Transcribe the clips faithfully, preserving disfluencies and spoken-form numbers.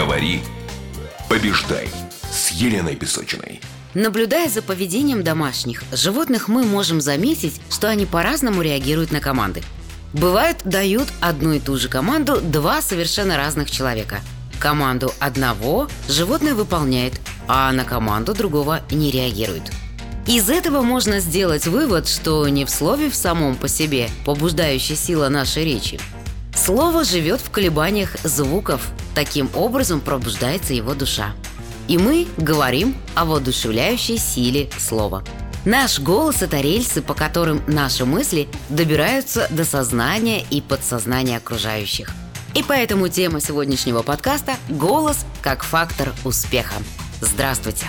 Говори, побеждай с Еленой Песочиной. Наблюдая за поведением домашних животных, мы можем заметить, что они по-разному реагируют на команды. Бывает, дают одну и ту же команду два совершенно разных человека. Команду одного животное выполняет, а на команду другого не реагирует. Из этого можно сделать вывод, что не в слове в самом по себе побуждающая сила нашей речи. Слово живет в колебаниях звуков, таким образом пробуждается его душа. И мы говорим о воодушевляющей силе слова. Наш голос – это рельсы, по которым наши мысли добираются до сознания и подсознания окружающих. И поэтому тема сегодняшнего подкаста – голос как фактор успеха. Здравствуйте!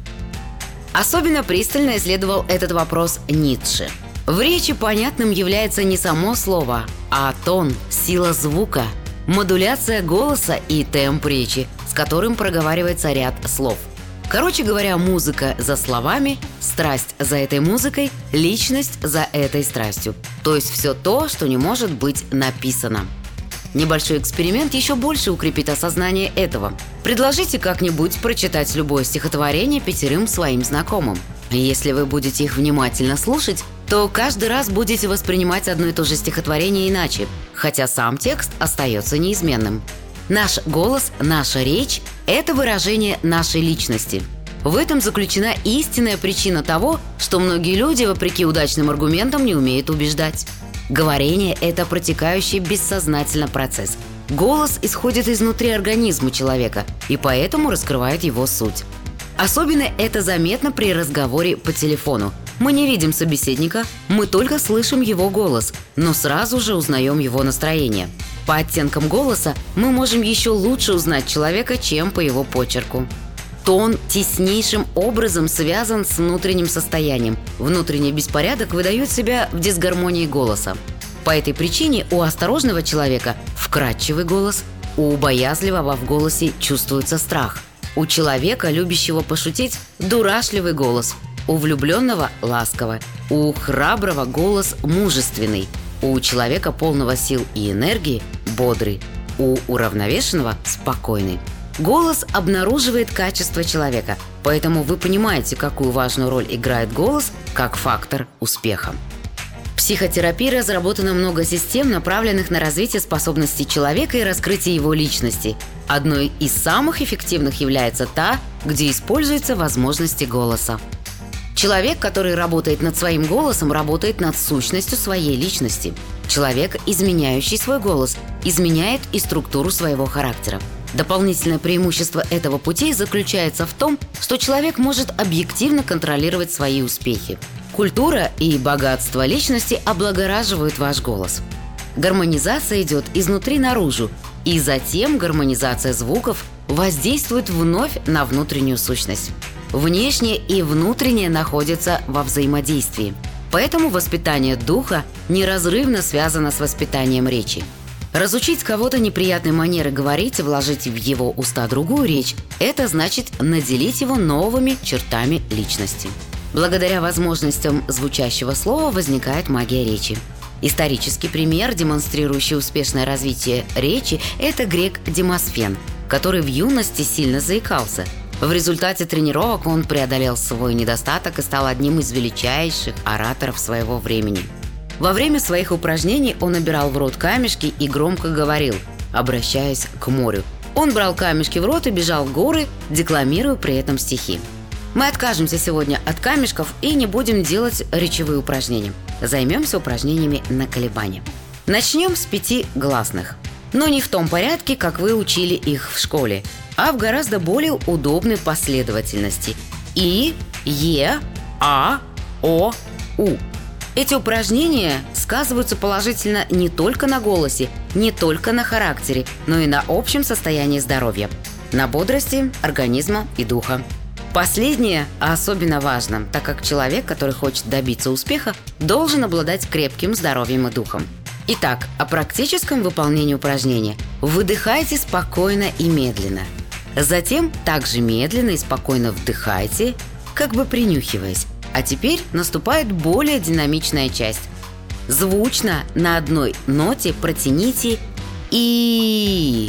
Особенно пристально исследовал этот вопрос Ницше. В речи понятным является не само слово, а тон, сила звука, модуляция голоса и темп речи, с которым проговаривается ряд слов. Короче говоря, музыка за словами, страсть за этой музыкой, личность за этой страстью. То есть все то, что не может быть написано. Небольшой эксперимент еще больше укрепит осознание этого. Предложите как-нибудь прочитать любое стихотворение пятерым своим знакомым. Если вы будете их внимательно слушать, то каждый раз будете воспринимать одно и то же стихотворение иначе, хотя сам текст остается неизменным. Наш голос, наша речь – это выражение нашей личности. В этом заключена истинная причина того, что многие люди, вопреки удачным аргументам, не умеют убеждать. Говорение – это протекающий бессознательно процесс. Голос исходит изнутри организма человека и поэтому раскрывает его суть. Особенно это заметно при разговоре по телефону. Мы не видим собеседника, мы только слышим его голос, но сразу же узнаем его настроение. По оттенкам голоса мы можем еще лучше узнать человека, чем по его почерку. Тон теснейшим образом связан с внутренним состоянием. Внутренний беспорядок выдает себя в дисгармонии голоса. По этой причине у осторожного человека вкрадчивый голос, у боязливого в голосе чувствуется страх. У человека, любящего пошутить, дурашливый голос. У влюбленного – ласково. У храброго голос мужественный. У человека, полного сил и энергии – бодрый. У уравновешенного – спокойный. Голос обнаруживает качество человека, поэтому вы понимаете, какую важную роль играет голос как фактор успеха. В психотерапии разработано много систем, направленных на развитие способностей человека и раскрытие его личности. Одной из самых эффективных является та, где используются возможности голоса. Человек, который работает над своим голосом, работает над сущностью своей личности. Человек, изменяющий свой голос, изменяет и структуру своего характера. Дополнительное преимущество этого пути заключается в том, что человек может объективно контролировать свои успехи. Культура и богатство личности облагораживают ваш голос. Гармонизация идет изнутри наружу, и затем гармонизация звуков воздействует вновь на внутреннюю сущность. Внешнее и внутреннее находятся во взаимодействии. Поэтому воспитание духа неразрывно связано с воспитанием речи. Разучить кого-то неприятной манеры говорить и вложить в его уста другую речь – это значит наделить его новыми чертами личности. Благодаря возможностям звучащего слова возникает магия речи. Исторический пример, демонстрирующий успешное развитие речи – это грек Демосфен, который в юности сильно заикался. В результате тренировок он преодолел свой недостаток и стал одним из величайших ораторов своего времени. Во время своих упражнений он набирал в рот камешки и громко говорил, обращаясь к морю. Он брал камешки в рот и бежал в горы, декламируя при этом стихи. Мы откажемся сегодня от камешков и не будем делать речевые упражнения. Займемся упражнениями на колебания. Начнем с пяти гласных. Но не в том порядке, как вы учили их в школе, а в гораздо более удобной последовательности. И, Е, А, О, У. Эти упражнения сказываются положительно не только на голосе, не только на характере, но и на общем состоянии здоровья, на бодрости организма и духа. Последнее особенно важно, так как человек, который хочет добиться успеха, должен обладать крепким здоровьем и духом. Итак, о практическом выполнении упражнения. Выдыхайте спокойно и медленно. Затем также медленно и спокойно вдыхайте, как бы принюхиваясь. А теперь наступает более динамичная часть. Звучно на одной ноте протяните «и».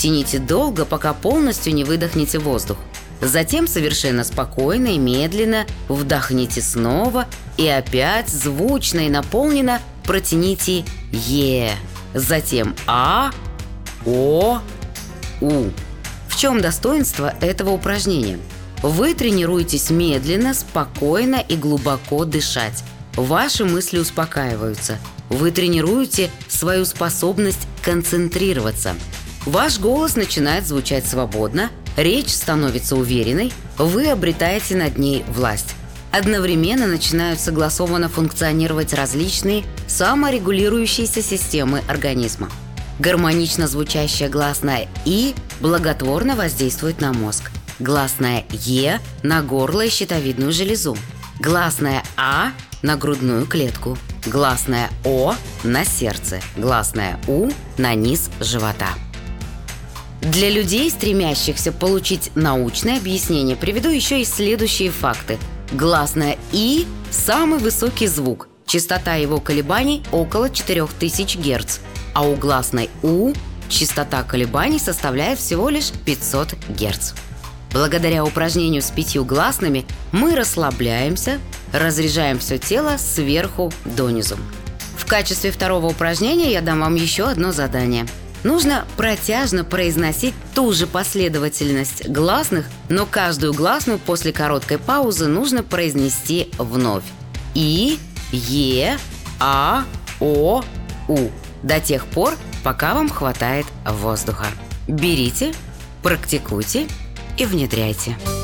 Тяните долго, пока полностью не выдохнете воздух. Затем совершенно спокойно и медленно вдохните снова и опять звучно и наполненно протяните «е». Затем «а», «о», «у». В чем достоинство этого упражнения? Вы тренируетесь медленно, спокойно и глубоко дышать. Ваши мысли успокаиваются. Вы тренируете свою способность концентрироваться. Ваш голос начинает звучать свободно, речь становится уверенной, вы обретаете над ней власть. Одновременно начинают согласованно функционировать различные саморегулирующиеся системы организма. Гармонично звучащая гласная «и» благотворно воздействует на мозг. Гласная «е» – на горло и щитовидную железу. Гласная «а» – на грудную клетку. Гласная «о» – на сердце. Гласная «у» – на низ живота. Для людей, стремящихся получить научное объяснение, приведу еще и следующие факты. Гласная «и» – самый высокий звук. Частота его колебаний около четырех тысяч герц. А у гласной «у» частота колебаний составляет всего лишь пятьсот герц. Благодаря упражнению с пятью гласными мы расслабляемся, разряжаем все тело сверху донизу. В качестве второго упражнения я дам вам еще одно задание. Нужно протяжно произносить ту же последовательность гласных, но каждую гласную после короткой паузы нужно произнести вновь. И, Е, А, О, У. До тех пор, пока вам хватает воздуха. Берите, практикуйте и внедряйте.